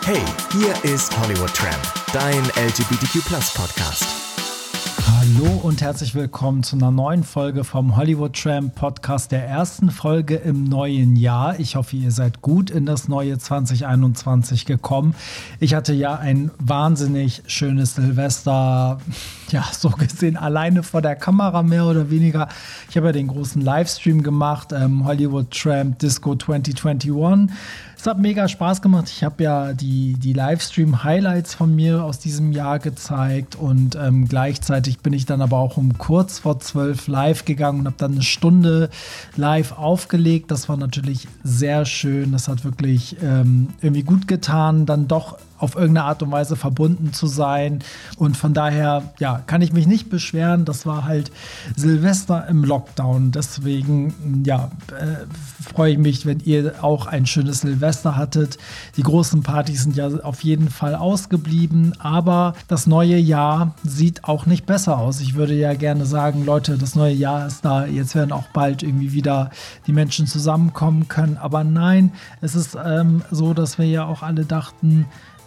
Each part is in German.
Hey, hier ist Hollywood Tramp, dein LGBTQ+-Podcast. Hallo und herzlich willkommen zu einer neuen Folge vom Hollywood Tramp Podcast, der ersten Folge im neuen Jahr. Ich hoffe, ihr seid gut in das neue 2021 gekommen. Ich hatte ja ein wahnsinnig schönes Silvester, ja, so gesehen alleine vor der Kamera mehr oder weniger. Ich habe ja den großen Livestream gemacht, Hollywood Tramp Disco 2021. Es hat mega Spaß gemacht. Ich habe ja die Livestream-Highlights von mir aus diesem Jahr gezeigt und gleichzeitig bin ich dann aber auch um kurz vor 12 live gegangen und habe dann eine Stunde live aufgelegt. Das war natürlich sehr schön. Das hat wirklich irgendwie gut getan, dann doch auf irgendeine Art und Weise verbunden zu sein. Und von daher, ja, kann ich mich nicht beschweren. Das war halt Silvester im Lockdown. Deswegen, ja, freue ich mich, wenn ihr auch ein schönes Silvester hattet. Die großen Partys sind ja auf jeden Fall ausgeblieben. Aber das neue Jahr sieht auch nicht besser aus. Ich würde ja gerne sagen, Leute, das neue Jahr ist da. Jetzt werden auch bald irgendwie wieder die Menschen zusammenkommen können. Aber nein, es ist so, dass wir ja auch alle dachten,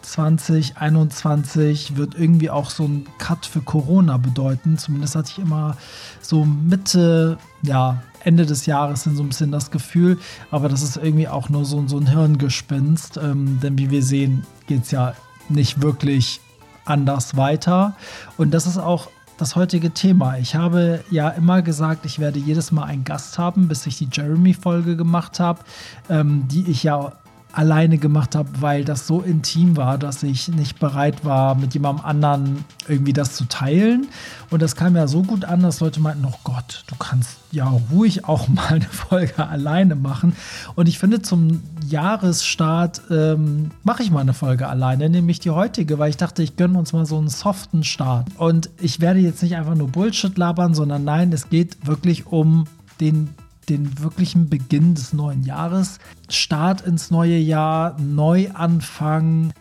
2021 wird irgendwie auch so ein Cut für Corona bedeuten. Zumindest hatte ich immer so Mitte, ja, Ende des Jahres so ein bisschen das Gefühl. Aber das ist irgendwie auch nur so ein Hirngespinst. Denn wie wir sehen, geht es ja nicht wirklich anders weiter. Und das ist auch das heutige Thema. Ich habe ja immer gesagt, ich werde jedes Mal einen Gast haben, bis ich die Jeremy-Folge gemacht habe, die ich ja alleine gemacht habe, weil das so intim war, dass ich nicht bereit war, mit jemandem anderen irgendwie das zu teilen. Und das kam ja so gut an, dass Leute meinten, oh Gott, du kannst ja ruhig auch mal eine Folge alleine machen. Und ich finde, zum Jahresstart mache ich mal eine Folge alleine, nämlich die heutige, weil ich dachte, ich gönne uns mal so einen soften Start. Und ich werde jetzt nicht einfach nur Bullshit labern, sondern nein, es geht wirklich um den wirklichen Beginn des neuen Jahres, Start ins neue Jahr, Neuanfang,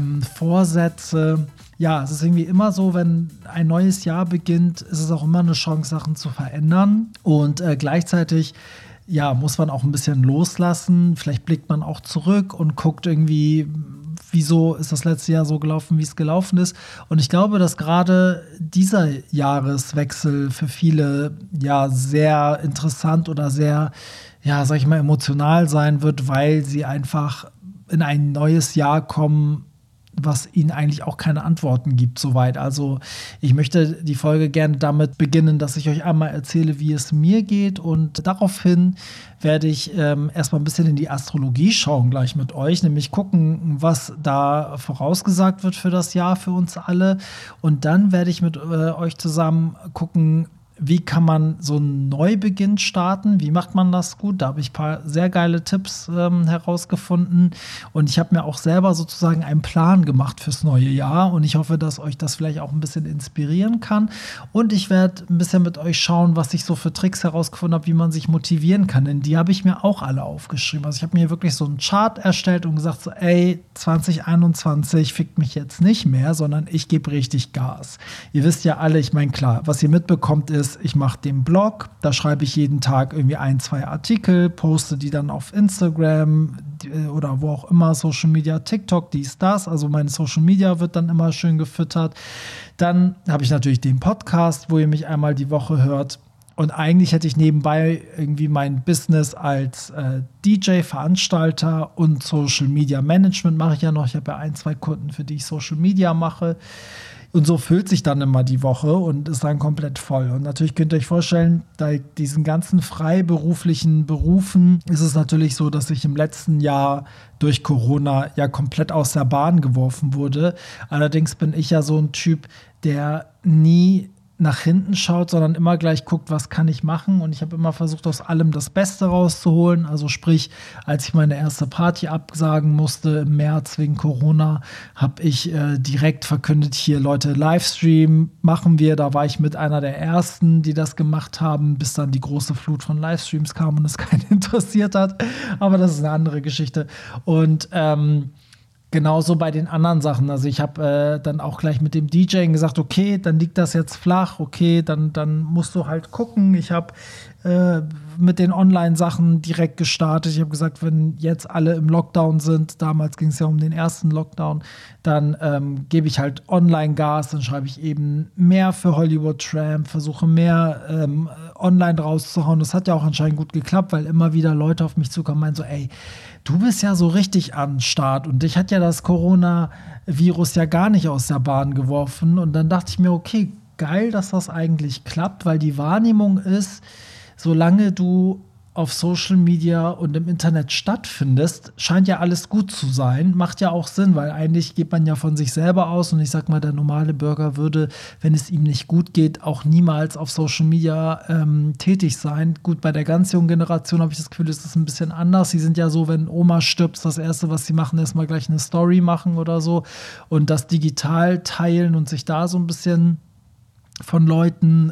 Vorsätze. Ja, es ist irgendwie immer so, wenn ein neues Jahr beginnt, ist es auch immer eine Chance, Sachen zu verändern. Und gleichzeitig, ja, muss man auch ein bisschen loslassen. Vielleicht blickt man auch zurück und guckt irgendwie, wieso ist das letzte Jahr so gelaufen, wie es gelaufen ist. Und ich glaube, dass gerade dieser Jahreswechsel für viele ja sehr interessant oder sehr, ja, sag ich mal, emotional sein wird, weil sie einfach in ein neues Jahr kommen, was ihnen eigentlich auch keine Antworten gibt soweit. Also ich möchte die Folge gerne damit beginnen, dass ich euch einmal erzähle, wie es mir geht, und daraufhin werde ich erstmal ein bisschen in die Astrologie schauen gleich mit euch, nämlich gucken, was da vorausgesagt wird für das Jahr für uns alle, und dann werde ich mit euch zusammen gucken, wie kann man so einen Neubeginn starten? Wie macht man das gut? Da habe ich ein paar sehr geile Tipps herausgefunden. Und ich habe mir auch selber sozusagen einen Plan gemacht fürs neue Jahr. Und ich hoffe, dass euch das vielleicht auch ein bisschen inspirieren kann. Und ich werde ein bisschen mit euch schauen, was ich so für Tricks herausgefunden habe, wie man sich motivieren kann. Denn die habe ich mir auch alle aufgeschrieben. Also ich habe mir wirklich so einen Chart erstellt und gesagt so, ey, 2021 fickt mich jetzt nicht mehr, sondern ich gebe richtig Gas. Ihr wisst ja alle, ich meine, klar, was ihr mitbekommt ist, ich mache den Blog, da schreibe ich jeden Tag irgendwie 1-2 Artikel, poste die dann auf Instagram oder wo auch immer, Social Media, TikTok, dies, das. Also mein Social Media wird dann immer schön gefüttert. Dann habe ich natürlich den Podcast, wo ihr mich einmal die Woche hört. Und eigentlich hätte ich nebenbei irgendwie mein Business als DJ, Veranstalter und Social Media Management mache ich ja noch. Ich habe ja 1-2 Kunden, für die ich Social Media mache. Und so füllt sich dann immer die Woche und ist dann komplett voll. Und natürlich könnt ihr euch vorstellen, bei diesen ganzen freiberuflichen Berufen ist es natürlich so, dass ich im letzten Jahr durch Corona ja komplett aus der Bahn geworfen wurde. Allerdings bin ich ja so ein Typ, der nie nach hinten schaut, sondern immer gleich guckt, was kann ich machen. Und ich habe immer versucht, aus allem das Beste rauszuholen. Also sprich, als ich meine erste Party absagen musste im März wegen Corona, habe ich direkt verkündet, hier Leute, Livestream machen wir. Da war ich mit einer der Ersten, die das gemacht haben, bis dann die große Flut von Livestreams kam und es keinen interessiert hat. Aber das ist eine andere Geschichte. Und genauso bei den anderen Sachen. Also ich habe dann auch gleich mit dem DJing gesagt, okay, dann liegt das jetzt flach, okay, dann musst du halt gucken. Ich habe mit den Online-Sachen direkt gestartet. Ich habe gesagt, wenn jetzt alle im Lockdown sind, damals ging es ja um den ersten Lockdown, dann gebe ich halt Online-Gas, dann schreibe ich eben mehr für Hollywood Tramp, versuche mehr online rauszuhauen. Das hat ja auch anscheinend gut geklappt, weil immer wieder Leute auf mich zukommen und meinen so, ey, du bist ja so richtig am Start und dich hat ja das Coronavirus ja gar nicht aus der Bahn geworfen. Und dann dachte ich mir, okay, geil, dass das eigentlich klappt, weil die Wahrnehmung ist, solange du auf Social Media und im Internet stattfindest, scheint ja alles gut zu sein. Macht ja auch Sinn, weil eigentlich geht man ja von sich selber aus und ich sag mal, der normale Bürger würde, wenn es ihm nicht gut geht, auch niemals auf Social Media tätig sein. Gut, bei der ganz jungen Generation habe ich das Gefühl, ist das ein bisschen anders. Sie sind ja so, wenn Oma stirbt, das Erste, was sie machen, ist mal gleich eine Story machen oder so und das digital teilen und sich da so ein bisschen von Leuten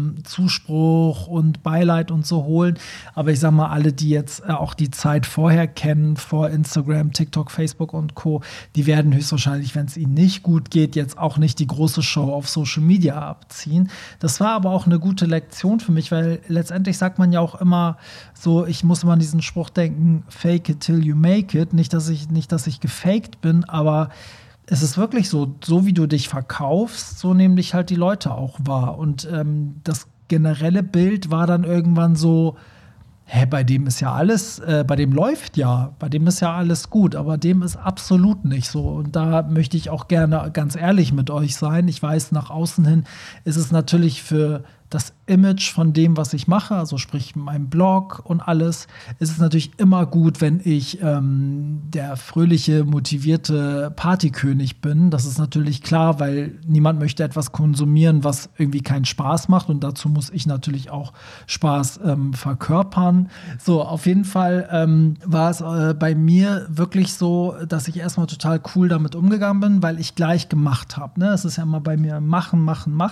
Zuspruch und Beileid und so holen. Aber ich sag mal, alle, die jetzt auch die Zeit vorher kennen, vor Instagram, TikTok, Facebook und Co., die werden höchstwahrscheinlich, wenn es ihnen nicht gut geht, jetzt auch nicht die große Show auf Social Media abziehen. Das war aber auch eine gute Lektion für mich, weil letztendlich sagt man ja auch immer so, ich muss immer an diesen Spruch denken, fake it till you make it. Nicht, dass ich gefaked bin, aber es ist wirklich so wie du dich verkaufst, so nehmen dich halt die Leute auch wahr. Und das generelle Bild war dann irgendwann so, bei dem ist ja alles, bei dem läuft ja, bei dem ist ja alles gut, aber dem ist absolut nicht so. Und da möchte ich auch gerne ganz ehrlich mit euch sein. Ich weiß, nach außen hin ist es natürlich für das Image von dem, was ich mache, also sprich meinem Blog und alles, ist es natürlich immer gut, wenn ich der fröhliche, motivierte Partykönig bin. Das ist natürlich klar, weil niemand möchte etwas konsumieren, was irgendwie keinen Spaß macht und dazu muss ich natürlich auch Spaß verkörpern. So, auf jeden Fall war es bei mir wirklich so, dass ich erstmal total cool damit umgegangen bin, weil ich gleich gemacht habe. Ne? Es ist ja immer bei mir machen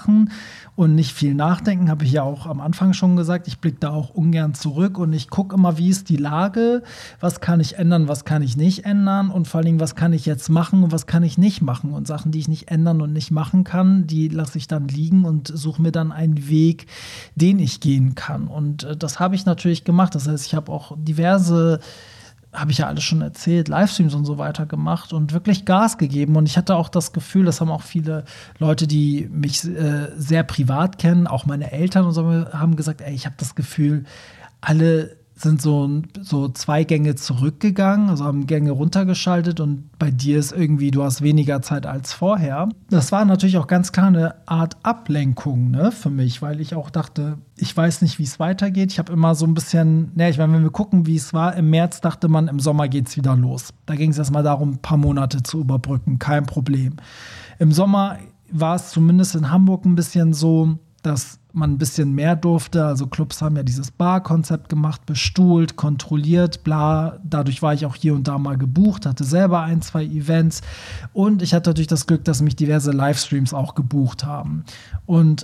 und nicht viel nachdenken. Habe ich ja auch am Anfang schon gesagt, ich blicke da auch ungern zurück und ich gucke immer, wie ist die Lage, was kann ich ändern, was kann ich nicht ändern und vor allen Dingen, was kann ich jetzt machen und was kann ich nicht machen und Sachen, die ich nicht ändern und nicht machen kann, die lasse ich dann liegen und suche mir dann einen Weg, den ich gehen kann und das habe ich natürlich gemacht, das heißt, ich habe auch habe ich ja alles schon erzählt, Livestreams und so weiter gemacht und wirklich Gas gegeben. Und ich hatte auch das Gefühl, das haben auch viele Leute, die mich sehr privat kennen, auch meine Eltern und so, haben gesagt, ey, ich habe das Gefühl, alle sind so 2 Gänge zurückgegangen, also haben Gänge runtergeschaltet und bei dir ist irgendwie, du hast weniger Zeit als vorher. Das war natürlich auch ganz klar eine Art Ablenkung, ne, für mich, weil ich auch dachte, ich weiß nicht, wie es weitergeht. Ich habe immer so ein bisschen, ich meine, wenn wir gucken, wie es war, im März dachte man, im Sommer geht's wieder los. Da ging es erstmal darum, ein paar Monate zu überbrücken, kein Problem. Im Sommer war es zumindest in Hamburg ein bisschen so, dass man ein bisschen mehr durfte. Also Clubs haben ja dieses Bar-Konzept gemacht, bestuhlt, kontrolliert, bla. Dadurch war ich auch hier und da mal gebucht, hatte selber 1, 2 Events. Und ich hatte natürlich das Glück, dass mich diverse Livestreams auch gebucht haben. Und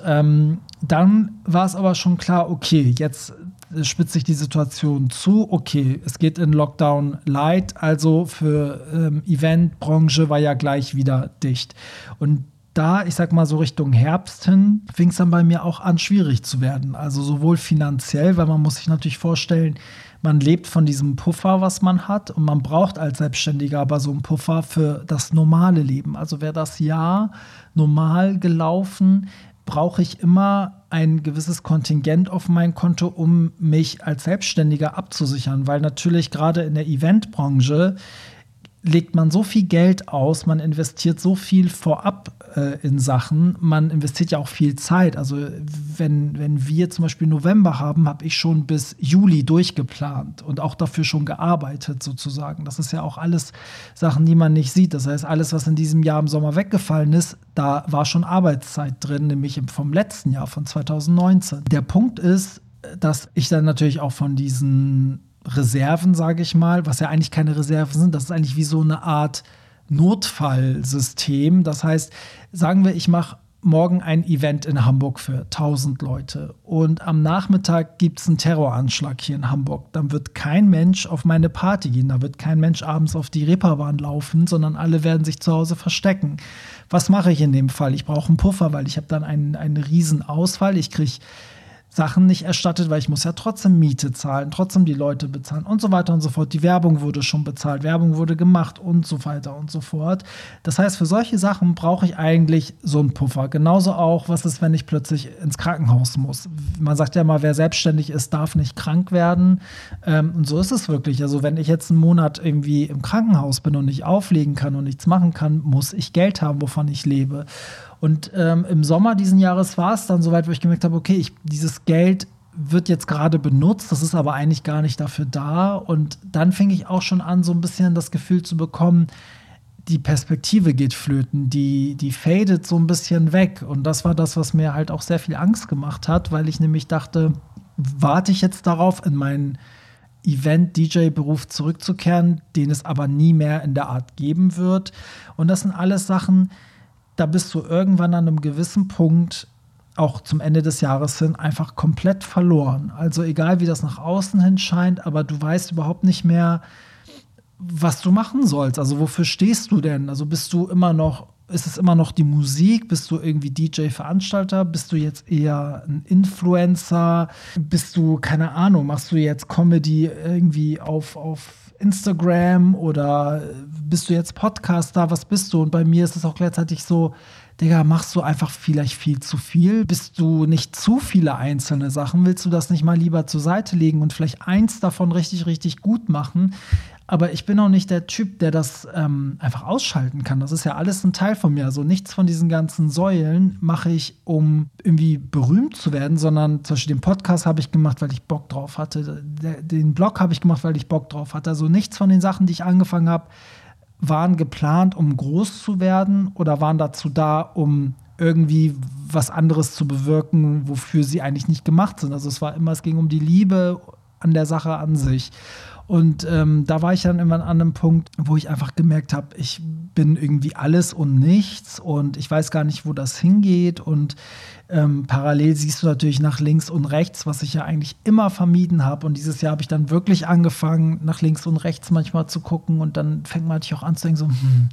dann war es aber schon klar, okay, jetzt spitzt sich die Situation zu. Okay, es geht in Lockdown Light, also für Eventbranche war ja gleich wieder dicht. Und da, ich sag mal so Richtung Herbst hin, fing es dann bei mir auch an, schwierig zu werden. Also sowohl finanziell, weil man muss sich natürlich vorstellen, man lebt von diesem Puffer, was man hat und man braucht als Selbstständiger aber so einen Puffer für das normale Leben. Also wäre das Jahr normal gelaufen, brauche ich immer ein gewisses Kontingent auf mein Konto, um mich als Selbstständiger abzusichern, weil natürlich gerade in der Eventbranche legt man so viel Geld aus, man investiert so viel vorab in Sachen, man investiert ja auch viel Zeit. Also wenn wir zum Beispiel November haben, habe ich schon bis Juli durchgeplant und auch dafür schon gearbeitet sozusagen. Das ist ja auch alles Sachen, die man nicht sieht. Das heißt, alles, was in diesem Jahr im Sommer weggefallen ist, da war schon Arbeitszeit drin, nämlich vom letzten Jahr, von 2019. Der Punkt ist, dass ich dann natürlich auch von diesen Reserven, sage ich mal, was ja eigentlich keine Reserven sind, das ist eigentlich wie so eine Art Notfallsystem. Das heißt, sagen wir, ich mache morgen ein Event in Hamburg für 1000 Leute und am Nachmittag gibt es einen Terroranschlag hier in Hamburg. Dann wird kein Mensch auf meine Party gehen, da wird kein Mensch abends auf die Reeperbahn laufen, sondern alle werden sich zu Hause verstecken. Was mache ich in dem Fall? Ich brauche einen Puffer, weil ich habe dann einen riesen Ausfall. Ich kriege Sachen nicht erstattet, weil ich muss ja trotzdem Miete zahlen, trotzdem die Leute bezahlen und so weiter und so fort. Die Werbung wurde schon bezahlt, Werbung wurde gemacht und so weiter und so fort. Das heißt, für solche Sachen brauche ich eigentlich so einen Puffer. Genauso auch, was ist, wenn ich plötzlich ins Krankenhaus muss. Man sagt ja mal, wer selbstständig ist, darf nicht krank werden. Und so ist es wirklich. Also wenn ich jetzt einen Monat irgendwie im Krankenhaus bin und nicht auflegen kann und nichts machen kann, muss ich Geld haben, wovon ich lebe. Und im Sommer diesen Jahres war es dann soweit, wo ich gemerkt habe, okay, dieses Geld wird jetzt gerade benutzt, das ist aber eigentlich gar nicht dafür da. Und dann fing ich auch schon an, so ein bisschen das Gefühl zu bekommen, die Perspektive geht flöten, die fadet so ein bisschen weg. Und das war das, was mir halt auch sehr viel Angst gemacht hat, weil ich nämlich dachte, warte ich jetzt darauf, in meinen Event-DJ-Beruf zurückzukehren, den es aber nie mehr in der Art geben wird. Und das sind alles Sachen, da bist du irgendwann an einem gewissen Punkt, auch zum Ende des Jahres hin, einfach komplett verloren. Also egal, wie das nach außen hin scheint, aber du weißt überhaupt nicht mehr, was du machen sollst. Also wofür stehst du denn? Also ist es immer noch die Musik? Bist du irgendwie DJ-Veranstalter? Bist du jetzt eher ein Influencer? Bist du, keine Ahnung, machst du jetzt Comedy irgendwie auf Instagram oder bist du jetzt Podcaster? Was bist du? Und bei mir ist es auch gleichzeitig so, Digga, machst du einfach vielleicht viel zu viel? Bist du nicht zu viele einzelne Sachen? Willst du das nicht mal lieber zur Seite legen und vielleicht eins davon richtig, richtig gut machen? Aber ich bin auch nicht der Typ, der das einfach ausschalten kann. Das ist ja alles ein Teil von mir. Also nichts von diesen ganzen Säulen mache ich, um irgendwie berühmt zu werden, sondern zum Beispiel den Podcast habe ich gemacht, weil ich Bock drauf hatte. Den Blog habe ich gemacht, weil ich Bock drauf hatte. Also nichts von den Sachen, die ich angefangen habe, waren geplant, um groß zu werden oder waren dazu da, um irgendwie was anderes zu bewirken, wofür sie eigentlich nicht gemacht sind. Also es ging um die Liebe an der Sache an sich. Und da war ich dann irgendwann an einem Punkt, wo ich einfach gemerkt habe, ich bin irgendwie alles und nichts und ich weiß gar nicht, wo das hingeht. Und parallel siehst du natürlich nach links und rechts, was ich ja eigentlich immer vermieden habe. Und dieses Jahr habe ich dann wirklich angefangen, nach links und rechts manchmal zu gucken. Und dann fängt man natürlich auch an zu denken, so,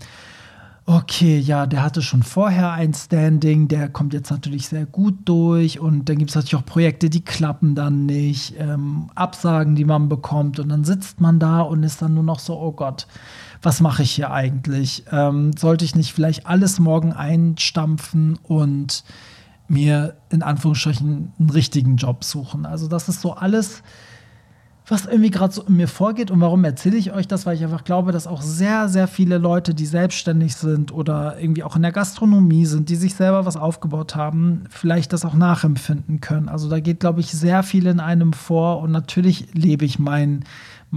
okay, ja, der hatte schon vorher ein Standing, der kommt jetzt natürlich sehr gut durch und dann gibt es natürlich auch Projekte, die klappen dann nicht, Absagen, die man bekommt und dann sitzt man da und ist dann nur noch so, oh Gott, was mache ich hier eigentlich? Sollte ich nicht vielleicht alles morgen einstampfen und mir in Anführungsstrichen einen richtigen Job suchen? Also das ist so alles, was irgendwie gerade so in mir vorgeht. Und warum erzähle ich euch das? Weil ich einfach glaube, dass auch sehr, sehr viele Leute, die selbstständig sind oder irgendwie auch in der Gastronomie sind, die sich selber was aufgebaut haben, vielleicht das auch nachempfinden können. Also da geht, glaube ich, sehr viel in einem vor. Und natürlich lebe ich meine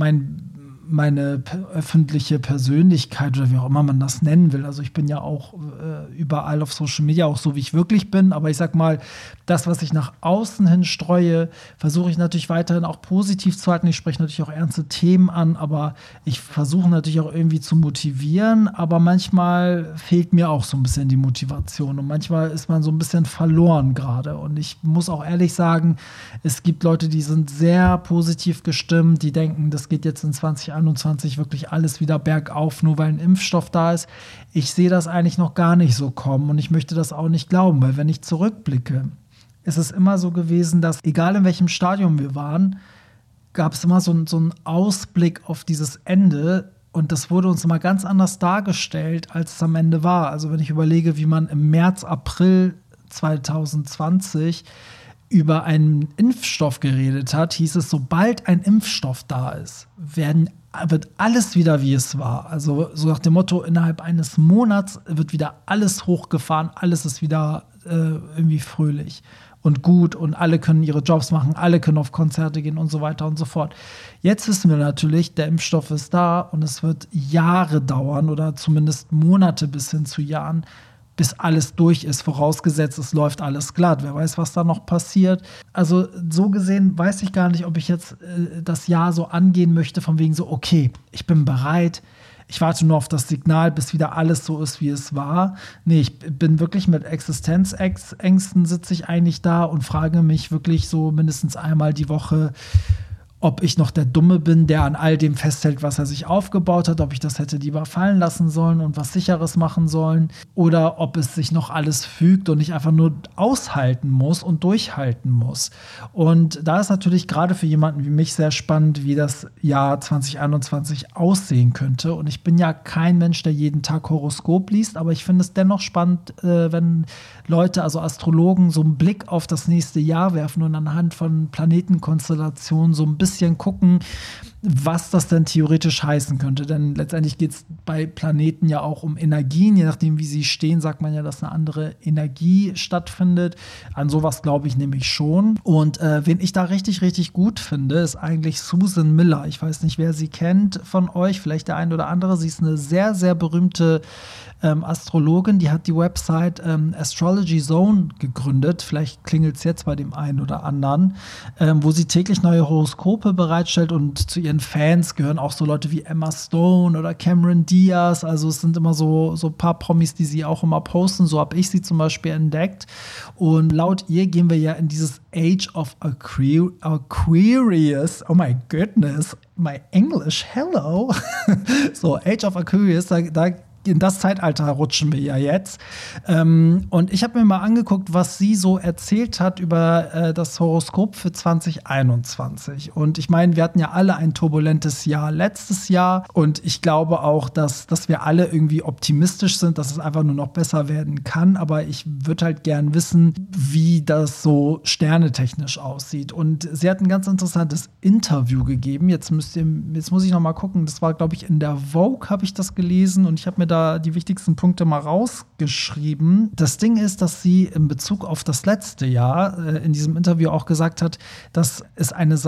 öffentliche Persönlichkeit oder wie auch immer man das nennen will. Also ich bin ja auch überall auf Social Media, auch so, wie ich wirklich bin. Aber ich sag mal, das, was ich nach außen hin streue, versuche ich natürlich weiterhin auch positiv zu halten. Ich spreche natürlich auch ernste Themen an, aber ich versuche natürlich auch irgendwie zu motivieren. Aber manchmal fehlt mir auch so ein bisschen die Motivation. Und manchmal ist man so ein bisschen verloren gerade. Und ich muss auch ehrlich sagen, es gibt Leute, die sind sehr positiv gestimmt, die denken, das geht jetzt in 2021 wirklich alles wieder bergauf, nur weil ein Impfstoff da ist. Ich sehe das eigentlich noch gar nicht so kommen und ich möchte das auch nicht glauben, weil wenn ich zurückblicke, ist es immer so gewesen, dass egal in welchem Stadium wir waren, gab es immer so einen Ausblick auf dieses Ende und das wurde uns immer ganz anders dargestellt, als es am Ende war. Also wenn ich überlege, wie man im März, April 2020 über einen Impfstoff geredet hat, hieß es, sobald ein Impfstoff da ist, wird alles wieder, wie es war. Also so nach dem Motto, innerhalb eines Monats wird wieder alles hochgefahren, alles ist wieder irgendwie fröhlich und gut und alle können ihre Jobs machen, alle können auf Konzerte gehen und so weiter und so fort. Jetzt wissen wir natürlich, der Impfstoff ist da und es wird Jahre dauern oder zumindest Monate bis hin zu Jahren, bis alles durch ist, vorausgesetzt, es läuft alles glatt. Wer weiß, was da noch passiert. Also so gesehen weiß ich gar nicht, ob ich jetzt das Jahr so angehen möchte, von wegen so, okay, ich bin bereit, ich warte nur auf das Signal, bis wieder alles so ist, wie es war. Nee, ich bin wirklich mit Existenzängsten sitze ich eigentlich da und frage mich wirklich so mindestens einmal die Woche, ob ich noch der Dumme bin, der an all dem festhält, was er sich aufgebaut hat, ob ich das hätte lieber fallen lassen sollen und was Sicheres machen sollen oder ob es sich noch alles fügt und ich einfach nur aushalten muss und durchhalten muss. Und da ist natürlich gerade für jemanden wie mich sehr spannend, wie das Jahr 2021 aussehen könnte. Und ich bin ja kein Mensch, der jeden Tag Horoskop liest, aber ich finde es dennoch spannend, wenn Leute, also Astrologen, so einen Blick auf das nächste Jahr werfen und anhand von Planetenkonstellationen so ein bisschen gucken, was das denn theoretisch heißen könnte. Denn letztendlich geht es bei Planeten ja auch um Energien. Je nachdem, wie sie stehen, sagt man ja, dass eine andere Energie stattfindet. An sowas glaube ich nämlich schon. Und wen ich da richtig, richtig gut finde, ist eigentlich Susan Miller. Ich weiß nicht, wer sie kennt von euch, vielleicht der ein oder andere. Sie ist eine sehr, sehr berühmte Astrologin, die hat die Website Astrology Zone gegründet. Vielleicht klingelt es jetzt bei dem einen oder anderen, wo sie täglich neue Horoskope bereitstellt und zu ihren Fans gehören auch so Leute wie Emma Stone oder Cameron Diaz. Also es sind immer so ein paar Promis, die sie auch immer posten. So habe ich sie zum Beispiel entdeckt. Und laut ihr gehen wir ja in dieses Age of Aquarius. Oh my goodness, my English, hello. So, Age of Aquarius, da in das Zeitalter rutschen wir ja jetzt. Und ich habe mir mal angeguckt, was sie so erzählt hat über das Horoskop für 2021. Und ich meine, wir hatten ja alle ein turbulentes Jahr letztes Jahr. Und ich glaube auch, dass wir alle irgendwie optimistisch sind, dass es einfach nur noch besser werden kann. Aber ich würde halt gern wissen, wie das so sternetechnisch aussieht. Und sie hat ein ganz interessantes Interview gegeben. Jetzt muss ich noch mal gucken. Das war, glaube ich, in der Vogue habe ich das gelesen. Und ich habe mir da die wichtigsten Punkte mal rausgeschrieben. Das Ding ist, dass sie in Bezug auf das letzte Jahr in diesem Interview auch gesagt hat, dass es eine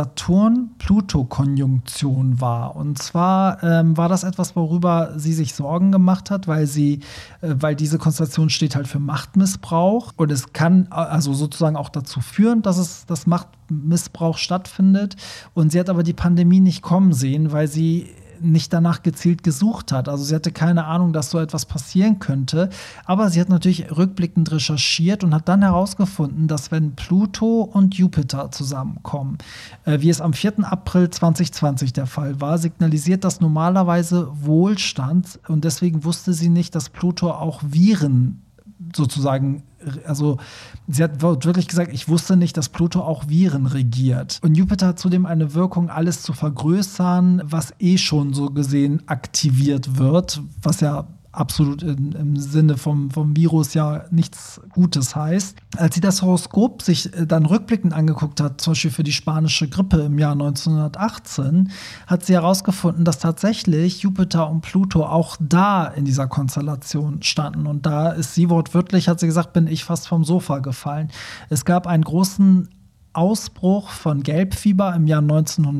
Saturn-Pluto-Konjunktion war. Und zwar war das etwas, worüber sie sich Sorgen gemacht hat, weil diese Konstellation steht halt für Machtmissbrauch und es kann also sozusagen auch dazu führen, dass Machtmissbrauch stattfindet. Und sie hat aber die Pandemie nicht kommen sehen, weil sie nicht danach gezielt gesucht hat. Also sie hatte keine Ahnung, dass so etwas passieren könnte. Aber sie hat natürlich rückblickend recherchiert und hat dann herausgefunden, dass wenn Pluto und Jupiter zusammenkommen, wie es am 4. April 2020 der Fall war, signalisiert das normalerweise Wohlstand. Und deswegen wusste sie nicht, dass Pluto auch Viren sozusagen, also sie hat wirklich gesagt, ich wusste nicht, dass Pluto auch Viren regiert. Und Jupiter hat zudem eine Wirkung, alles zu vergrößern, was schon so gesehen aktiviert wird, was ja absolut im Sinne vom Virus ja nichts Gutes heißt. Als sie das Horoskop sich dann rückblickend angeguckt hat, zum Beispiel für die spanische Grippe im Jahr 1918, hat sie herausgefunden, dass tatsächlich Jupiter und Pluto auch da in dieser Konstellation standen. Und da ist sie wortwörtlich, hat sie gesagt, bin ich fast vom Sofa gefallen. Es gab einen großen Ausbruch von Gelbfieber im Jahr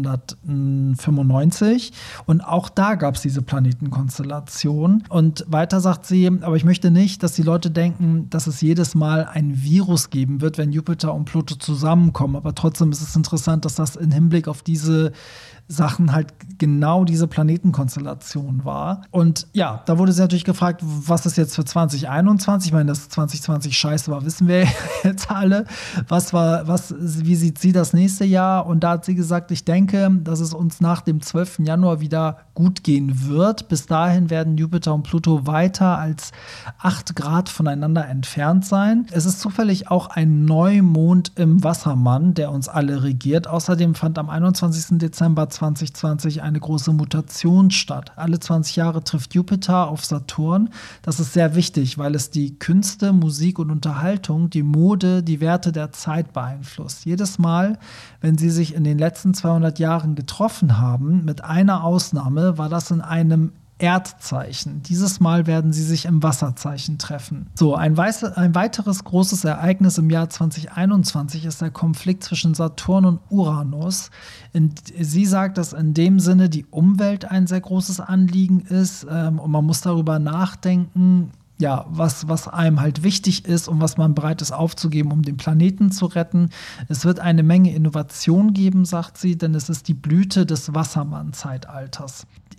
1995 und auch da gab es diese Planetenkonstellation. Und weiter sagt sie, aber ich möchte nicht, dass die Leute denken, dass es jedes Mal ein Virus geben wird, wenn Jupiter und Pluto zusammenkommen. Aber trotzdem ist es interessant, dass das im Hinblick auf diese Sachen halt genau diese Planetenkonstellation war. Und ja, da wurde sie natürlich gefragt, was ist jetzt für 2021? Ich meine, dass 2020 scheiße war, wissen wir jetzt alle. Wie sieht sie das nächste Jahr? Und da hat sie gesagt, ich denke, dass es uns nach dem 12. Januar wieder gut gehen wird. Bis dahin werden Jupiter und Pluto weiter als 8 Grad voneinander entfernt sein. Es ist zufällig auch ein Neumond im Wassermann, der uns alle regiert. Außerdem fand am 21. Dezember 2020 eine große Mutation statt. Alle 20 Jahre trifft Jupiter auf Saturn. Das ist sehr wichtig, weil es die Künste, Musik und Unterhaltung, die Mode, die Werte der Zeit beeinflusst. Jedes Mal, wenn sie sich in den letzten 200 Jahren getroffen haben, mit einer Ausnahme, war das in einem Erdzeichen. Dieses Mal werden sie sich im Wasserzeichen treffen. So, ein weiteres großes Ereignis im Jahr 2021 ist der Konflikt zwischen Saturn und Uranus. Sie sagt, dass in dem Sinne die Umwelt ein sehr großes Anliegen ist und man muss darüber nachdenken, ja, was einem halt wichtig ist und was man bereit ist aufzugeben, um den Planeten zu retten. Es wird eine Menge Innovation geben, sagt sie, denn es ist die Blüte des Wassermann-Zeitalters.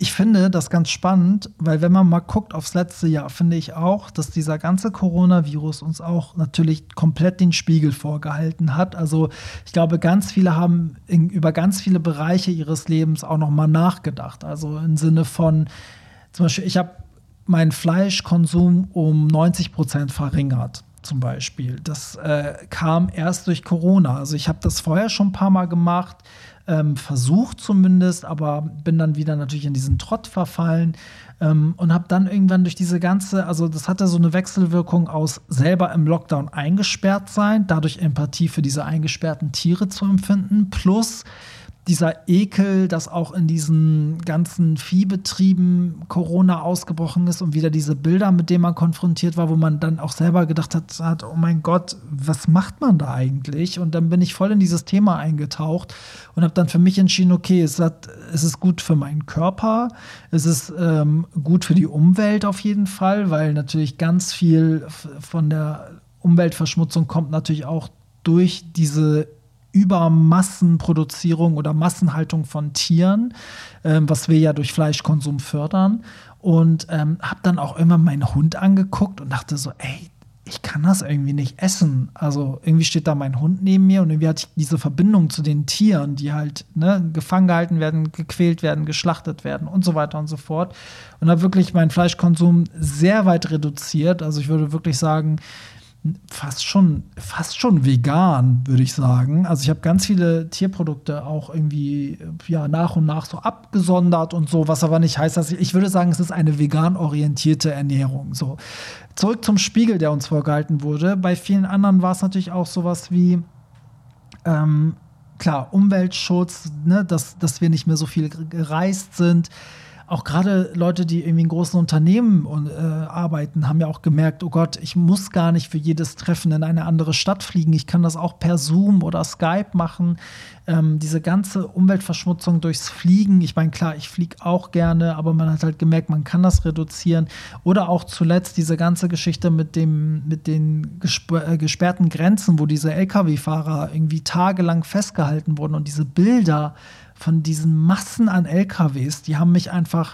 ich finde das ganz spannend, weil wenn man mal guckt aufs letzte Jahr, finde ich auch, dass dieser ganze Coronavirus uns auch natürlich komplett den Spiegel vorgehalten hat. Also ich glaube, ganz viele haben über ganz viele Bereiche ihres Lebens auch noch mal nachgedacht. Also im Sinne von, zum Beispiel, ich habe meinen Fleischkonsum um 90% verringert. Zum Beispiel. Das kam erst durch Corona. Also ich habe das vorher schon ein paar Mal gemacht, versucht zumindest, aber bin dann wieder natürlich in diesen Trott verfallen und habe dann irgendwann durch diese ganze, also das hatte so eine Wechselwirkung aus selber im Lockdown eingesperrt sein, dadurch Empathie für diese eingesperrten Tiere zu empfinden, plus dieser Ekel, dass auch in diesen ganzen Viehbetrieben Corona ausgebrochen ist und wieder diese Bilder, mit denen man konfrontiert war, wo man dann auch selber gedacht hat, oh mein Gott, was macht man da eigentlich? Und dann bin ich voll in dieses Thema eingetaucht und habe dann für mich entschieden, okay, es ist gut für meinen Körper, es ist gut für die Umwelt auf jeden Fall, weil natürlich ganz viel von der Umweltverschmutzung kommt natürlich auch durch diese Übermassenproduzierung oder Massenhaltung von Tieren, was wir ja durch Fleischkonsum fördern. Und habe dann auch irgendwann meinen Hund angeguckt und dachte so, ey, ich kann das irgendwie nicht essen. Also irgendwie steht da mein Hund neben mir und irgendwie hatte ich diese Verbindung zu den Tieren, die halt gefangen gehalten werden, gequält werden, geschlachtet werden und so weiter und so fort. Und habe wirklich meinen Fleischkonsum sehr weit reduziert. Also ich würde wirklich sagen, fast schon vegan, würde ich sagen. Also ich habe ganz viele Tierprodukte auch irgendwie nach und nach so abgesondert und so, was aber nicht heißt, dass ich würde sagen, es ist eine vegan orientierte Ernährung. So. Zurück zum Spiegel, der uns vorgehalten wurde. Bei vielen anderen war es natürlich auch sowas wie klar, Umweltschutz, dass wir nicht mehr so viel gereist sind. Auch gerade Leute, die irgendwie in großen Unternehmen arbeiten, haben ja auch gemerkt, oh Gott, ich muss gar nicht für jedes Treffen in eine andere Stadt fliegen. Ich kann das auch per Zoom oder Skype machen. Diese ganze Umweltverschmutzung durchs Fliegen. Ich meine, klar, ich fliege auch gerne, aber man hat halt gemerkt, man kann das reduzieren. Oder auch zuletzt diese ganze Geschichte mit den gesperrten Grenzen, wo diese Lkw-Fahrer irgendwie tagelang festgehalten wurden und diese Bilder von diesen Massen an LKWs, die haben mich einfach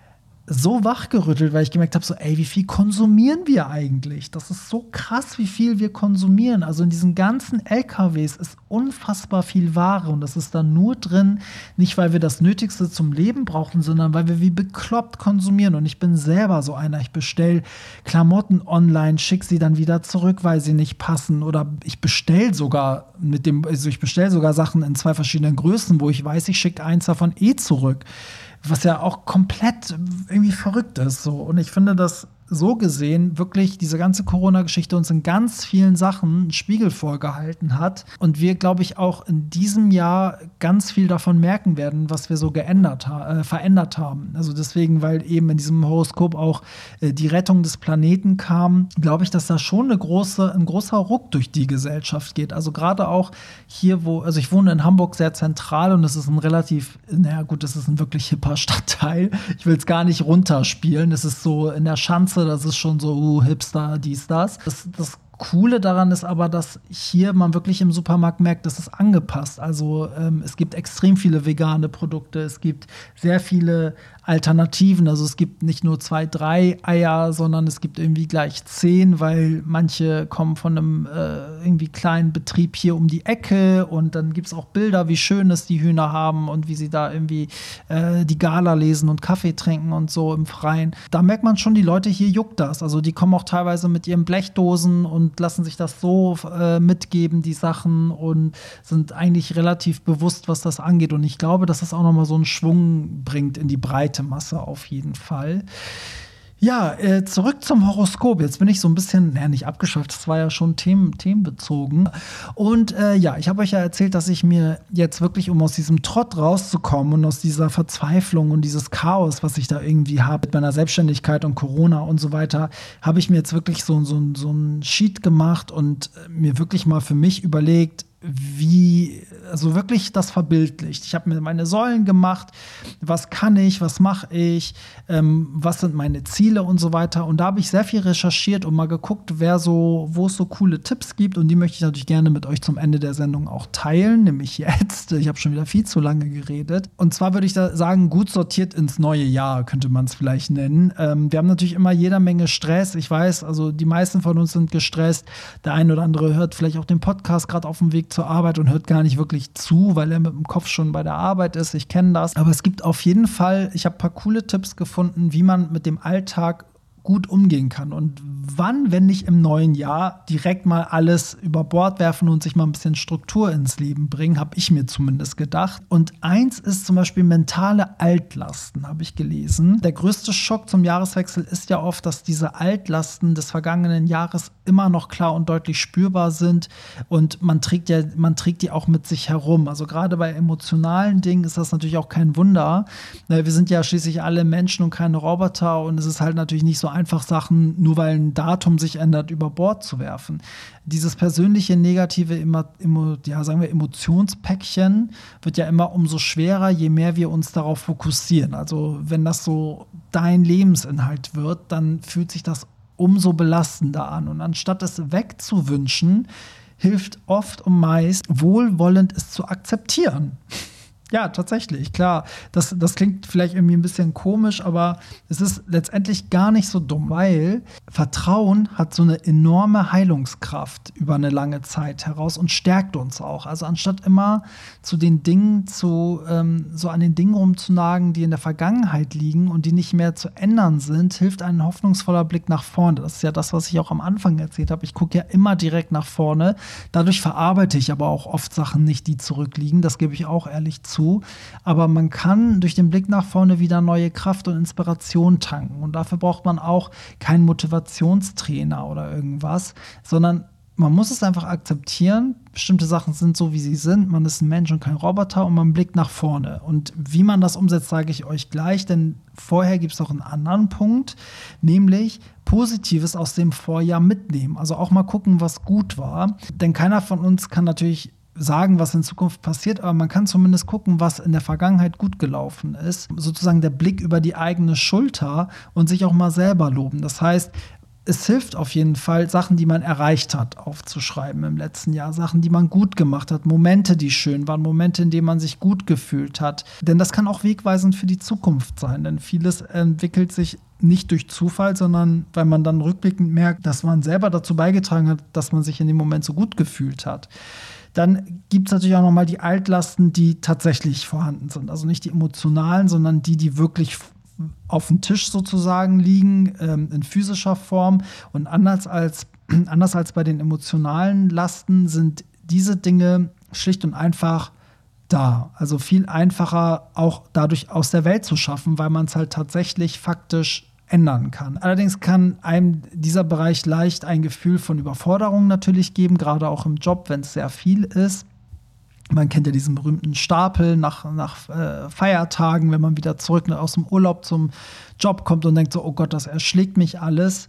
so wachgerüttelt, weil ich gemerkt habe, so, ey, wie viel konsumieren wir eigentlich? Das ist so krass, wie viel wir konsumieren. Also in diesen ganzen LKWs ist unfassbar viel Ware und das ist dann nur drin, nicht weil wir das Nötigste zum Leben brauchen, sondern weil wir wie bekloppt konsumieren. Und ich bin selber so einer. Ich bestelle Klamotten online, schicke sie dann wieder zurück, weil sie nicht passen. Oder ich bestelle sogar Sachen in 2 verschiedenen Größen, wo ich weiß, ich schicke eins davon zurück. Was ja auch komplett irgendwie verrückt ist. So. Und ich finde, dass so gesehen wirklich diese ganze Corona-Geschichte uns in ganz vielen Sachen einen Spiegel vorgehalten hat. Und wir, glaube ich, auch in diesem Jahr ganz viel davon merken werden, was wir so verändert haben. Also deswegen, weil eben in diesem Horoskop auch die Rettung des Planeten kam, glaube ich, dass da schon ein großer Ruck durch die Gesellschaft geht. Also gerade auch hier, also ich wohne in Hamburg sehr zentral und es ist ein relativ, das ist ein wirklich hipper Stadtteil. Ich will es gar nicht runterspielen. Es ist so in der Schanze, das ist schon so Hipster, dies, das. Das Coole daran ist aber, dass hier man wirklich im Supermarkt merkt, das ist angepasst. Also es gibt extrem viele vegane Produkte, es gibt sehr viele Alternativen. Also es gibt nicht nur 2, 3 Eier, sondern es gibt irgendwie gleich 10, weil manche kommen von einem irgendwie kleinen Betrieb hier um die Ecke und dann gibt es auch Bilder, wie schön es die Hühner haben und wie sie da irgendwie die Gala lesen und Kaffee trinken und so im Freien. Da merkt man schon, die Leute hier juckt das. Also die kommen auch teilweise mit ihren Blechdosen und lassen sich das so mitgeben, die Sachen, und sind eigentlich relativ bewusst, was das angeht. Und ich glaube, dass das auch nochmal so einen Schwung bringt in die breite Masse auf jeden Fall. Ja, zurück zum Horoskop. Jetzt bin ich so ein bisschen, nicht abgeschafft, das war ja schon themenbezogen. Und ich habe euch ja erzählt, dass ich mir jetzt wirklich, um aus diesem Trott rauszukommen und aus dieser Verzweiflung und dieses Chaos, was ich da irgendwie habe mit meiner Selbstständigkeit und Corona und so weiter, habe ich mir jetzt wirklich so ein Sheet gemacht und mir wirklich mal für mich überlegt, also wirklich das verbildlicht. Ich habe mir meine Säulen gemacht, was kann ich, was mache ich, was sind meine Ziele und so weiter. Und da habe ich sehr viel recherchiert und mal geguckt, wo es so coole Tipps gibt. Und die möchte ich natürlich gerne mit euch zum Ende der Sendung auch teilen, nämlich jetzt. Ich habe schon wieder viel zu lange geredet. Und zwar würde ich da sagen, gut sortiert ins neue Jahr, könnte man es vielleicht nennen. Wir haben natürlich immer jeder Menge Stress. Ich weiß, also die meisten von uns sind gestresst. Der eine oder andere hört vielleicht auch den Podcast gerade auf dem Weg zur Arbeit und hört gar nicht wirklich zu, weil er mit dem Kopf schon bei der Arbeit ist. Ich kenne das. Aber es gibt auf jeden Fall, ich habe ein paar coole Tipps gefunden, wie man mit dem Alltag gut umgehen kann. Und wann, wenn nicht im neuen Jahr, direkt mal alles über Bord werfen und sich mal ein bisschen Struktur ins Leben bringen, habe ich mir zumindest gedacht. Und eins ist zum Beispiel mentale Altlasten, habe ich gelesen. Der größte Schock zum Jahreswechsel ist ja oft, dass diese Altlasten des vergangenen Jahres immer noch klar und deutlich spürbar sind und man trägt die auch mit sich herum. Also gerade bei emotionalen Dingen ist das natürlich auch kein Wunder. Wir sind ja schließlich alle Menschen und keine Roboter und es ist halt natürlich nicht so einfach, Sachen, nur weil ein Datum sich ändert, über Bord zu werfen. Dieses persönliche negative Emotionspäckchen wird ja immer umso schwerer, je mehr wir uns darauf fokussieren. Also wenn das so dein Lebensinhalt wird, dann fühlt sich das umso belastender an. Und anstatt es wegzuwünschen, hilft oft und meist, wohlwollend es zu akzeptieren. Ja, tatsächlich, klar. Das klingt vielleicht irgendwie ein bisschen komisch, aber es ist letztendlich gar nicht so dumm, weil Vertrauen hat so eine enorme Heilungskraft über eine lange Zeit heraus und stärkt uns auch. Also anstatt immer so an den Dingen rumzunagen, die in der Vergangenheit liegen und die nicht mehr zu ändern sind, hilft ein hoffnungsvoller Blick nach vorne. Das ist ja das, was ich auch am Anfang erzählt habe. Ich gucke ja immer direkt nach vorne. Dadurch verarbeite ich aber auch oft Sachen nicht, die zurückliegen. Das gebe ich auch ehrlich zu. Aber man kann durch den Blick nach vorne wieder neue Kraft und Inspiration tanken. Und dafür braucht man auch keinen Motivationstrainer oder irgendwas, sondern man muss es einfach akzeptieren. Bestimmte Sachen sind so, wie sie sind. Man ist ein Mensch und kein Roboter und man blickt nach vorne. Und wie man das umsetzt, sage ich euch gleich, denn vorher gibt es auch einen anderen Punkt, nämlich Positives aus dem Vorjahr mitnehmen. Also auch mal gucken, was gut war. Denn keiner von uns kann natürlich sagen, was in Zukunft passiert, aber man kann zumindest gucken, was in der Vergangenheit gut gelaufen ist. Sozusagen der Blick über die eigene Schulter und sich auch mal selber loben. Das heißt, es hilft auf jeden Fall, Sachen, die man erreicht hat, aufzuschreiben im letzten Jahr. Sachen, die man gut gemacht hat, Momente, die schön waren, Momente, in denen man sich gut gefühlt hat. Denn das kann auch wegweisend für die Zukunft sein. Denn vieles entwickelt sich nicht durch Zufall, sondern weil man dann rückblickend merkt, dass man selber dazu beigetragen hat, dass man sich in dem Moment so gut gefühlt hat. Dann gibt es natürlich auch nochmal die Altlasten, die tatsächlich vorhanden sind. Also nicht die emotionalen, sondern die wirklich auf dem Tisch sozusagen liegen, in physischer Form. Und anders als bei den emotionalen Lasten sind diese Dinge schlicht und einfach da. Also viel einfacher auch dadurch aus der Welt zu schaffen, weil man es halt tatsächlich faktisch ändern kann. Allerdings kann einem dieser Bereich leicht ein Gefühl von Überforderung natürlich geben, gerade auch im Job, wenn es sehr viel ist. Man kennt ja diesen berühmten Stapel nach Feiertagen, wenn man wieder zurück aus dem Urlaub zum Job kommt und denkt so, oh Gott, das erschlägt mich alles.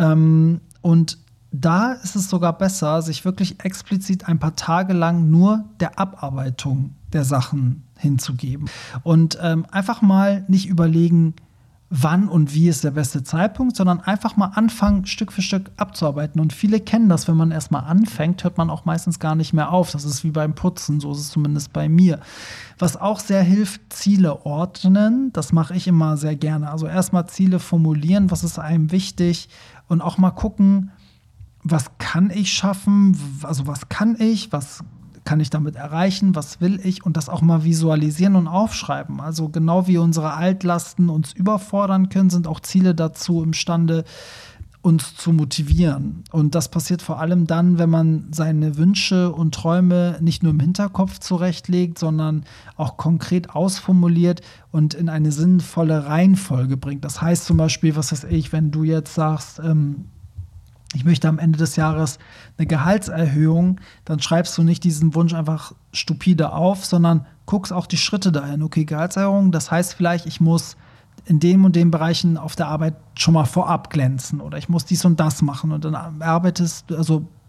Und da ist es sogar besser, sich wirklich explizit ein paar Tage lang nur der Abarbeitung der Sachen hinzugeben. Und einfach mal nicht überlegen, wann und wie ist der beste Zeitpunkt, sondern einfach mal anfangen, Stück für Stück abzuarbeiten. Und viele kennen das, wenn man erstmal anfängt, hört man auch meistens gar nicht mehr auf. Das ist wie beim Putzen, so ist es zumindest bei mir. Was auch sehr hilft, Ziele ordnen, das mache ich immer sehr gerne. Also erstmal Ziele formulieren, was ist einem wichtig und auch mal gucken, was kann ich schaffen, also was kann ich damit erreichen, was will ich und das auch mal visualisieren und aufschreiben. Also genau wie unsere Altlasten uns überfordern können, sind auch Ziele dazu imstande, uns zu motivieren. Und das passiert vor allem dann, wenn man seine Wünsche und Träume nicht nur im Hinterkopf zurechtlegt, sondern auch konkret ausformuliert und in eine sinnvolle Reihenfolge bringt. Das heißt zum Beispiel, was weiß ich, wenn du jetzt sagst, ich möchte am Ende des Jahres eine Gehaltserhöhung, dann schreibst du nicht diesen Wunsch einfach stupide auf, sondern guckst auch die Schritte dahin. Okay, Gehaltserhöhung, das heißt vielleicht, ich muss in dem und den Bereichen auf der Arbeit schon mal vorab glänzen oder ich muss dies und das machen und dann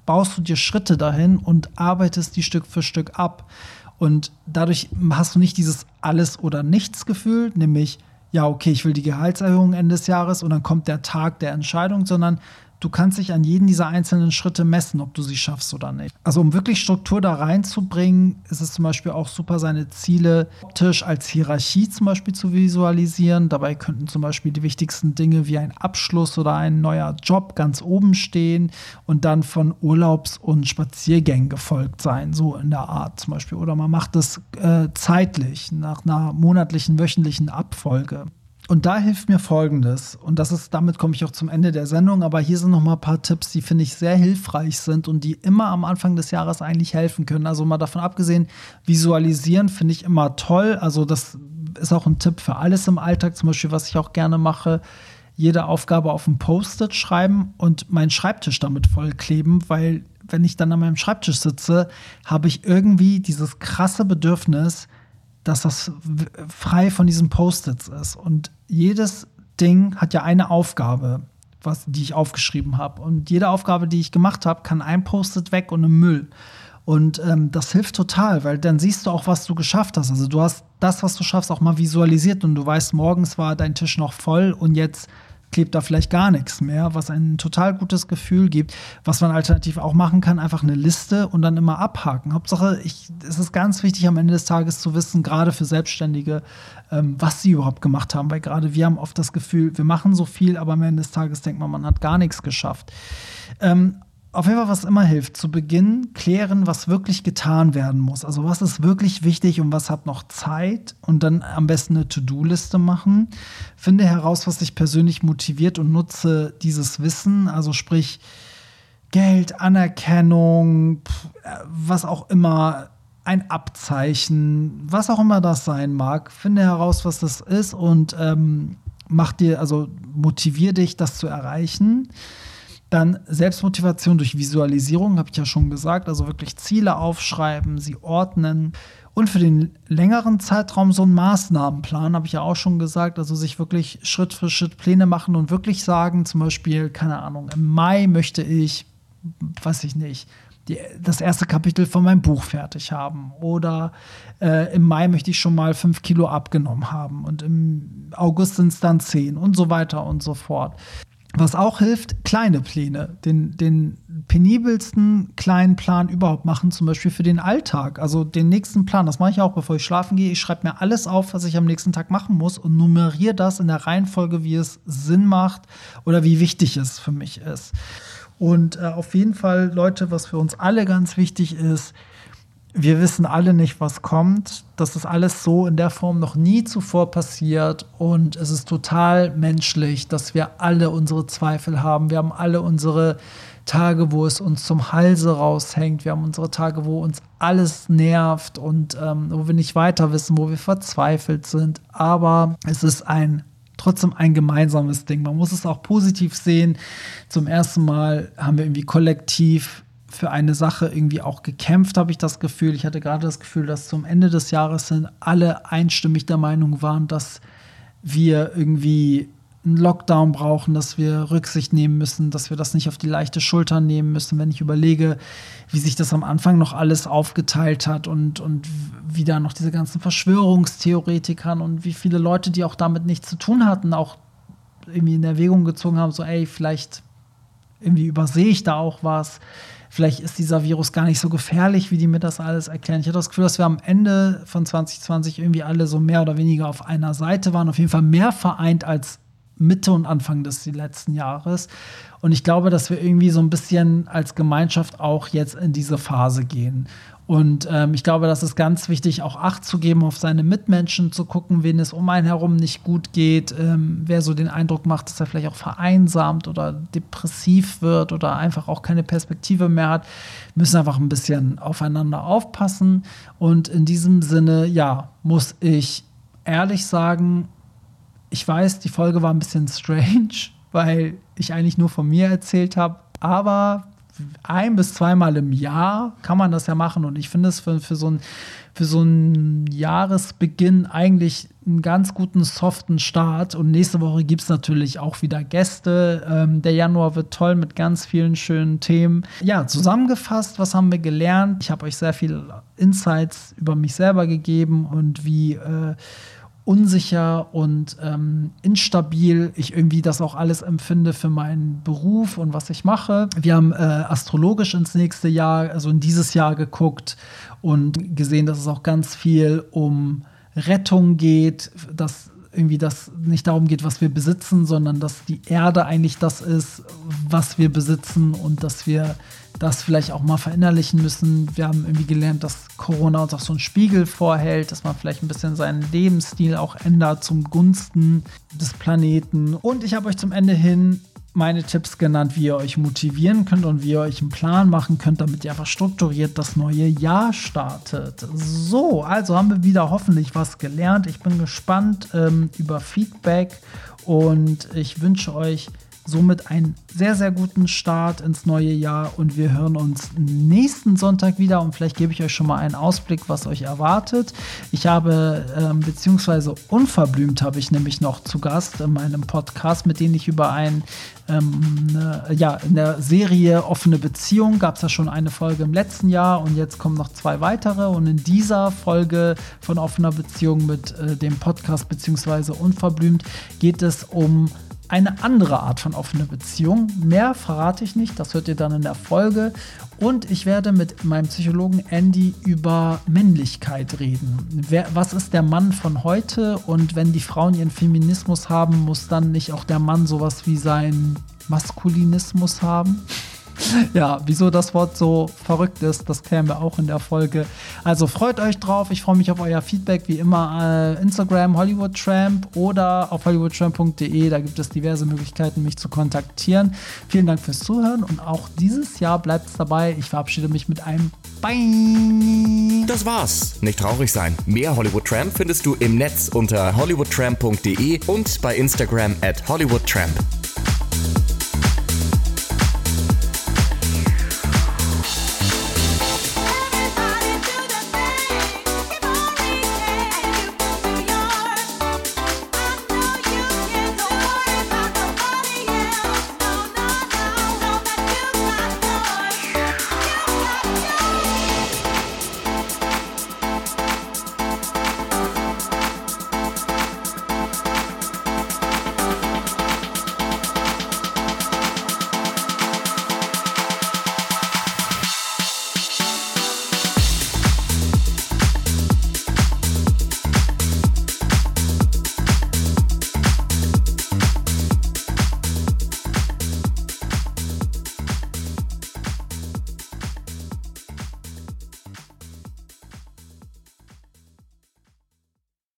baust du dir Schritte dahin und arbeitest die Stück für Stück ab. Und dadurch hast du nicht dieses Alles- oder Nichts-Gefühl, nämlich, ja, okay, ich will die Gehaltserhöhung Ende des Jahres und dann kommt der Tag der Entscheidung, sondern du kannst dich an jeden dieser einzelnen Schritte messen, ob du sie schaffst oder nicht. Also um wirklich Struktur da reinzubringen, ist es zum Beispiel auch super, seine Ziele optisch als Hierarchie zum Beispiel zu visualisieren. Dabei könnten zum Beispiel die wichtigsten Dinge wie ein Abschluss oder ein neuer Job ganz oben stehen und dann von Urlaubs- und Spaziergängen gefolgt sein, so in der Art zum Beispiel. Oder man macht das zeitlich, nach einer monatlichen, wöchentlichen Abfolge. Und da hilft mir Folgendes, und damit komme ich auch zum Ende der Sendung, aber hier sind noch mal ein paar Tipps, die, finde ich, sehr hilfreich sind und die immer am Anfang des Jahres eigentlich helfen können. Also mal davon abgesehen, visualisieren finde ich immer toll. Also das ist auch ein Tipp für alles im Alltag, zum Beispiel, was ich auch gerne mache, jede Aufgabe auf ein Post-it schreiben und meinen Schreibtisch damit vollkleben, weil wenn ich dann an meinem Schreibtisch sitze, habe ich irgendwie dieses krasse Bedürfnis, dass das frei von diesen Post-its ist. Und jedes Ding hat ja eine Aufgabe, die ich aufgeschrieben habe. Und jede Aufgabe, die ich gemacht habe, kann ein Post-it weg und im Müll. Und das hilft total, weil dann siehst du auch, was du geschafft hast. Also du hast das, was du schaffst, auch mal visualisiert und du weißt, morgens war dein Tisch noch voll und jetzt klebt da vielleicht gar nichts mehr, was ein total gutes Gefühl gibt. Was man alternativ auch machen kann, einfach eine Liste und dann immer abhaken. Hauptsache, es ist ganz wichtig, am Ende des Tages zu wissen, gerade für Selbstständige, was sie überhaupt gemacht haben. Weil gerade wir haben oft das Gefühl, wir machen so viel, aber am Ende des Tages denkt man hat gar nichts geschafft. Auf jeden Fall, was immer hilft, zu Beginn klären, was wirklich getan werden muss. Also was ist wirklich wichtig und was hat noch Zeit und dann am besten eine To-Do-Liste machen. Finde heraus, was dich persönlich motiviert und nutze dieses Wissen, also sprich Geld, Anerkennung, was auch immer, ein Abzeichen, was auch immer das sein mag. Finde heraus, was das ist und motivier dich, das zu erreichen. Dann Selbstmotivation durch Visualisierung, habe ich ja schon gesagt, also wirklich Ziele aufschreiben, sie ordnen und für den längeren Zeitraum so einen Maßnahmenplan, habe ich ja auch schon gesagt, also sich wirklich Schritt für Schritt Pläne machen und wirklich sagen, zum Beispiel, keine Ahnung, im Mai möchte ich, weiß ich nicht, das erste Kapitel von meinem Buch fertig haben oder im Mai möchte ich schon mal 5 Kilo abgenommen haben und im August sind es dann 10 und so weiter und so fort. Was auch hilft, kleine Pläne, den penibelsten kleinen Plan überhaupt machen, zum Beispiel für den Alltag. Also den nächsten Plan, das mache ich auch, bevor ich schlafen gehe. Ich schreibe mir alles auf, was ich am nächsten Tag machen muss und nummeriere das in der Reihenfolge, wie es Sinn macht oder wie wichtig es für mich ist. Und auf jeden Fall, Leute, was für uns alle ganz wichtig ist, wir wissen alle nicht, was kommt. Das ist alles so in der Form noch nie zuvor passiert. Und es ist total menschlich, dass wir alle unsere Zweifel haben. Wir haben alle unsere Tage, wo es uns zum Halse raushängt. Wir haben unsere Tage, wo uns alles nervt und wo wir nicht weiter wissen, wo wir verzweifelt sind. Aber es ist trotzdem ein gemeinsames Ding. Man muss es auch positiv sehen. Zum ersten Mal haben wir irgendwie kollektiv für eine Sache irgendwie auch gekämpft, habe ich das Gefühl. Ich hatte gerade das Gefühl, dass zum Ende des Jahres alle einstimmig der Meinung waren, dass wir irgendwie einen Lockdown brauchen, dass wir Rücksicht nehmen müssen, dass wir das nicht auf die leichte Schulter nehmen müssen. Wenn ich überlege, wie sich das am Anfang noch alles aufgeteilt hat und wie da noch diese ganzen Verschwörungstheoretikern und wie viele Leute, die auch damit nichts zu tun hatten, auch irgendwie in Erwägung gezogen haben, so vielleicht irgendwie übersehe ich da auch was. Vielleicht ist dieser Virus gar nicht so gefährlich, wie die mir das alles erklären. Ich hatte das Gefühl, dass wir am Ende von 2020 irgendwie alle so mehr oder weniger auf einer Seite waren. Auf jeden Fall mehr vereint als Mitte und Anfang des letzten Jahres. Und ich glaube, dass wir irgendwie so ein bisschen als Gemeinschaft auch jetzt in diese Phase gehen. Und ich glaube, das ist ganz wichtig, auch Acht zu geben auf seine Mitmenschen, zu gucken, wen es um einen herum nicht gut geht, wer so den Eindruck macht, dass er vielleicht auch vereinsamt oder depressiv wird oder einfach auch keine Perspektive mehr hat, müssen einfach ein bisschen aufeinander aufpassen. Und in diesem Sinne, ja, muss ich ehrlich sagen, ich weiß, die Folge war ein bisschen strange, weil ich eigentlich nur von mir erzählt habe, aber 1- bis 2-mal im Jahr kann man das ja machen. Und ich finde es für so einen Jahresbeginn eigentlich einen ganz guten, soften Start. Und nächste Woche gibt es natürlich auch wieder Gäste. Der Januar wird toll mit ganz vielen schönen Themen. Ja, zusammengefasst, was haben wir gelernt? Ich habe euch sehr viel Insights über mich selber gegeben und wie unsicher und instabil ich irgendwie das auch alles empfinde für meinen Beruf und was ich mache. Wir haben astrologisch ins nächste Jahr, also in dieses Jahr geguckt und gesehen, dass es auch ganz viel um Rettung geht, dass irgendwie das nicht darum geht, was wir besitzen, sondern dass die Erde eigentlich das ist, was wir besitzen und dass wir das vielleicht auch mal verinnerlichen müssen. Wir haben irgendwie gelernt, dass Corona uns auch so einen Spiegel vorhält, dass man vielleicht ein bisschen seinen Lebensstil auch ändert zum Gunsten des Planeten. Und ich habe euch zum Ende hin meine Tipps genannt, wie ihr euch motivieren könnt und wie ihr euch einen Plan machen könnt, damit ihr einfach strukturiert das neue Jahr startet. So, also haben wir wieder hoffentlich was gelernt. Ich bin gespannt über Feedback und ich wünsche euch somit einen sehr, sehr guten Start ins neue Jahr und wir hören uns nächsten Sonntag wieder und vielleicht gebe ich euch schon mal einen Ausblick, was euch erwartet. Ich habe, beziehungsweise Unverblümt habe ich nämlich noch zu Gast in meinem Podcast, mit dem ich über in der Serie Offene Beziehung gab es ja schon eine Folge im letzten Jahr und jetzt kommen noch 2 weitere und in dieser Folge von Offener Beziehung mit dem Podcast beziehungsweise Unverblümt geht es um eine andere Art von offene Beziehung. Mehr verrate ich nicht, das hört ihr dann in der Folge. Und ich werde mit meinem Psychologen Andy über Männlichkeit reden. Was ist der Mann von heute? Und wenn die Frauen ihren Feminismus haben, muss dann nicht auch der Mann sowas wie seinen Maskulinismus haben? Ja, wieso das Wort so verrückt ist, das klären wir auch in der Folge. Also freut euch drauf, ich freue mich auf euer Feedback, wie immer Instagram HollywoodTramp oder auf hollywoodtramp.de, da gibt es diverse Möglichkeiten, mich zu kontaktieren. Vielen Dank fürs Zuhören und auch dieses Jahr bleibt es dabei. Ich verabschiede mich mit einem Bye. Das war's. Nicht traurig sein. Mehr Hollywood Tramp findest du im Netz unter hollywoodtramp.de und bei Instagram @hollywoodtramp.